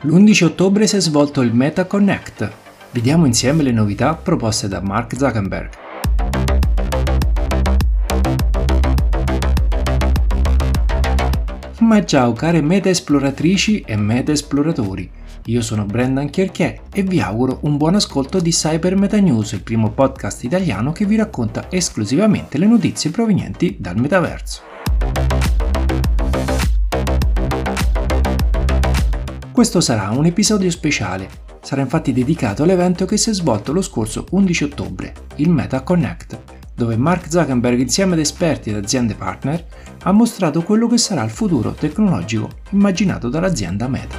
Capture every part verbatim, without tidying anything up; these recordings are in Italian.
L'undici ottobre si è svolto il Meta Connect. Vediamo insieme le novità proposte da Mark Zuckerberg. Ma ciao care meta esploratrici e meta esploratori, io sono Brendan Chierchier e vi auguro un buon ascolto di Cyber Meta News, il primo podcast italiano che vi racconta esclusivamente le notizie provenienti dal metaverso. Questo sarà un episodio speciale, sarà infatti dedicato all'evento che si è svolto lo scorso undici ottobre, il Meta Connect, dove Mark Zuckerberg insieme ad esperti ed aziende partner ha mostrato quello che sarà il futuro tecnologico immaginato dall'azienda Meta.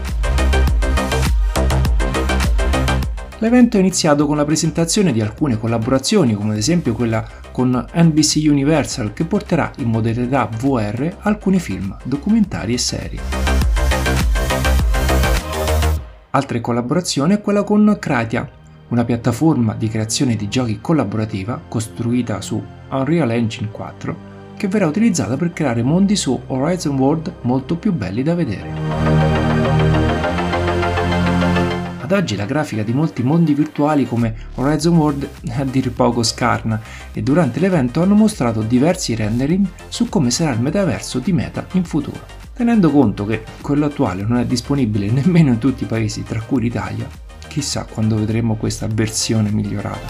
L'evento è iniziato con la presentazione di alcune collaborazioni, come ad esempio quella con N B C Universal che porterà in modalità V R alcuni film, documentari e serie. Altra collaborazione è quella con Kratia, una piattaforma di creazione di giochi collaborativa costruita su Unreal Engine quattro che verrà utilizzata per creare mondi su Horizon World molto più belli da vedere. Ad oggi la grafica di molti mondi virtuali come Horizon World è a dir poco scarna e durante l'evento hanno mostrato diversi rendering su come sarà il metaverso di Meta in futuro. Tenendo conto che quello attuale non è disponibile nemmeno in tutti i paesi, tra cui l'Italia, chissà quando vedremo questa versione migliorata.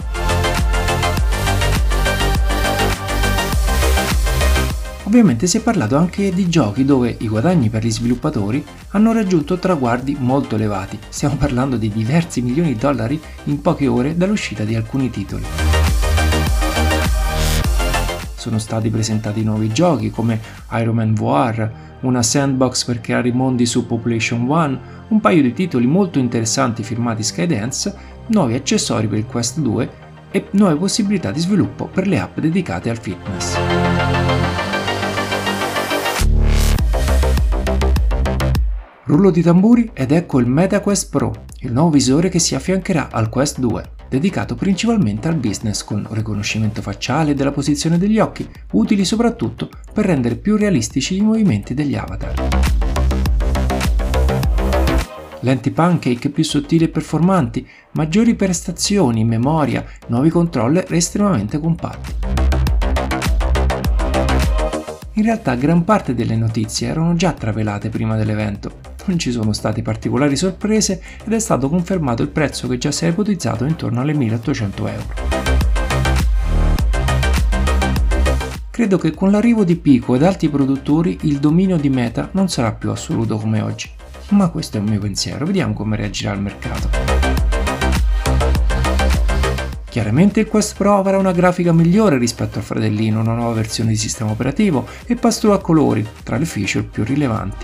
Ovviamente si è parlato anche di giochi dove i guadagni per gli sviluppatori hanno raggiunto traguardi molto elevati, stiamo parlando di diversi milioni di dollari in poche ore dall'uscita di alcuni titoli. Sono stati presentati nuovi giochi come Iron Man V R, una sandbox per creare i mondi su Population One, un paio di titoli molto interessanti firmati Skydance, nuovi accessori per il Quest due e nuove possibilità di sviluppo per le app dedicate al fitness. Rullo di tamburi ed ecco il MetaQuest Pro, il nuovo visore che si affiancherà al Quest due, dedicato principalmente al business con riconoscimento facciale della posizione degli occhi, utili soprattutto per rendere più realistici i movimenti degli avatar. Lenti pancake più sottili e performanti, maggiori prestazioni in memoria, nuovi controller estremamente compatti. In realtà gran parte delle notizie erano già travelate prima dell'evento, non ci sono state particolari sorprese ed è stato confermato il prezzo che già si è ipotizzato intorno alle milleottocento euro. Credo che con l'arrivo di Pico ed altri produttori il dominio di Meta non sarà più assoluto come oggi, ma questo è un mio pensiero, vediamo come reagirà il mercato. Chiaramente il Quest Pro avrà una grafica migliore rispetto al fratellino, una nuova versione di sistema operativo e pastrò a colori, tra le feature più rilevanti.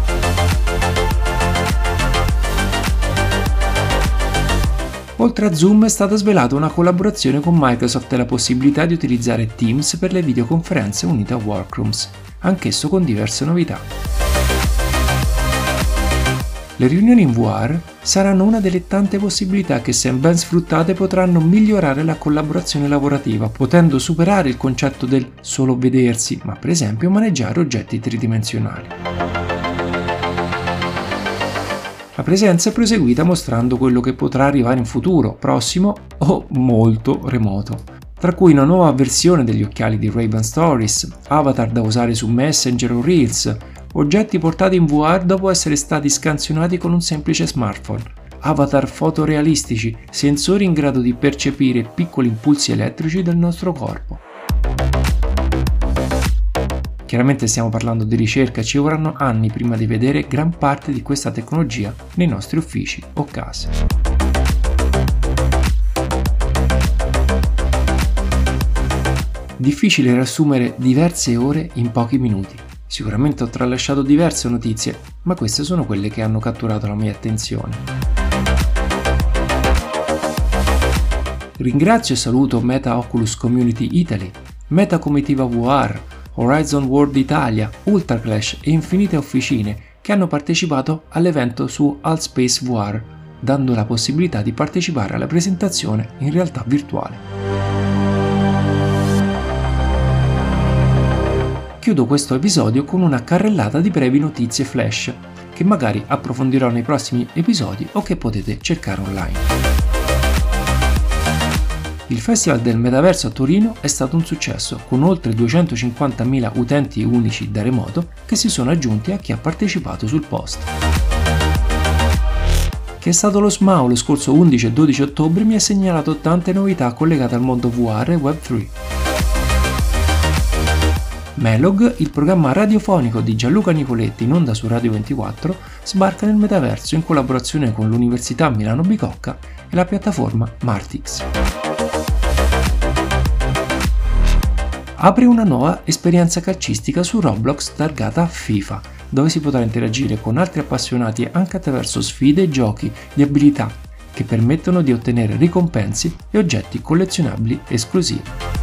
Oltre a Zoom è stata svelata una collaborazione con Microsoft e la possibilità di utilizzare Teams per le videoconferenze unite a Workrooms, anch'esso con diverse novità. Le riunioni in V R saranno una delle tante possibilità che, se ben sfruttate, potranno migliorare la collaborazione lavorativa, potendo superare il concetto del solo vedersi, ma per esempio maneggiare oggetti tridimensionali. La presenza è proseguita mostrando quello che potrà arrivare in futuro, prossimo o molto remoto, tra cui una nuova versione degli occhiali di Ray-Ban Stories, avatar da usare su Messenger o Reels, oggetti portati in V R dopo essere stati scansionati con un semplice smartphone, avatar fotorealistici, sensori in grado di percepire piccoli impulsi elettrici del nostro corpo. Chiaramente stiamo parlando di ricerca, ci vorranno anni prima di vedere gran parte di questa tecnologia nei nostri uffici o case. Difficile riassumere diverse ore in pochi minuti. Sicuramente ho tralasciato diverse notizie, ma queste sono quelle che hanno catturato la mia attenzione. Ringrazio e saluto Meta Oculus Community Italy, Meta Comitiva V R, Horizon World Italia, Ultra Clash e infinite officine che hanno partecipato all'evento su Altspace V R, dando la possibilità di partecipare alla presentazione in realtà virtuale. Chiudo questo episodio con una carrellata di brevi notizie flash. che magari approfondirò nei prossimi episodi o che potete cercare online. Il Festival del Metaverso a Torino è stato un successo, con oltre duecentocinquantamila utenti unici da remoto che si sono aggiunti a chi ha partecipato sul post. Che è stato lo S M A O lo scorso undici e dodici ottobre mi ha segnalato tante novità collegate al mondo V R e Web tre. Melog, il programma radiofonico di Gianluca Nicoletti in onda su Radio ventiquattro, sbarca nel metaverso in collaborazione con l'Università Milano Bicocca e la piattaforma Martix. Apre una nuova esperienza calcistica su Roblox targata FIFA, dove si potrà interagire con altri appassionati anche attraverso sfide e giochi di abilità che permettono di ottenere ricompense e oggetti collezionabili esclusivi.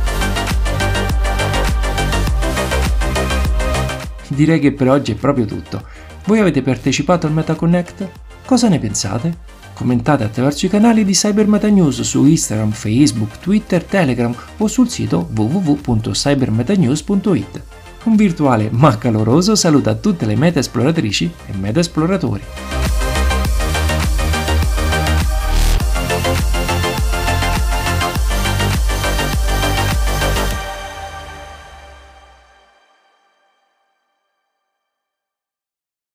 Direi che per oggi è proprio tutto. Voi avete partecipato al MetaConnect? Cosa ne pensate? Commentate attraverso i canali di CyberMetaNews su Instagram, Facebook, Twitter, Telegram o sul sito w w w punto cybermetanews punto it. Un virtuale ma caloroso saluto a tutte le meta esploratrici e meta esploratori.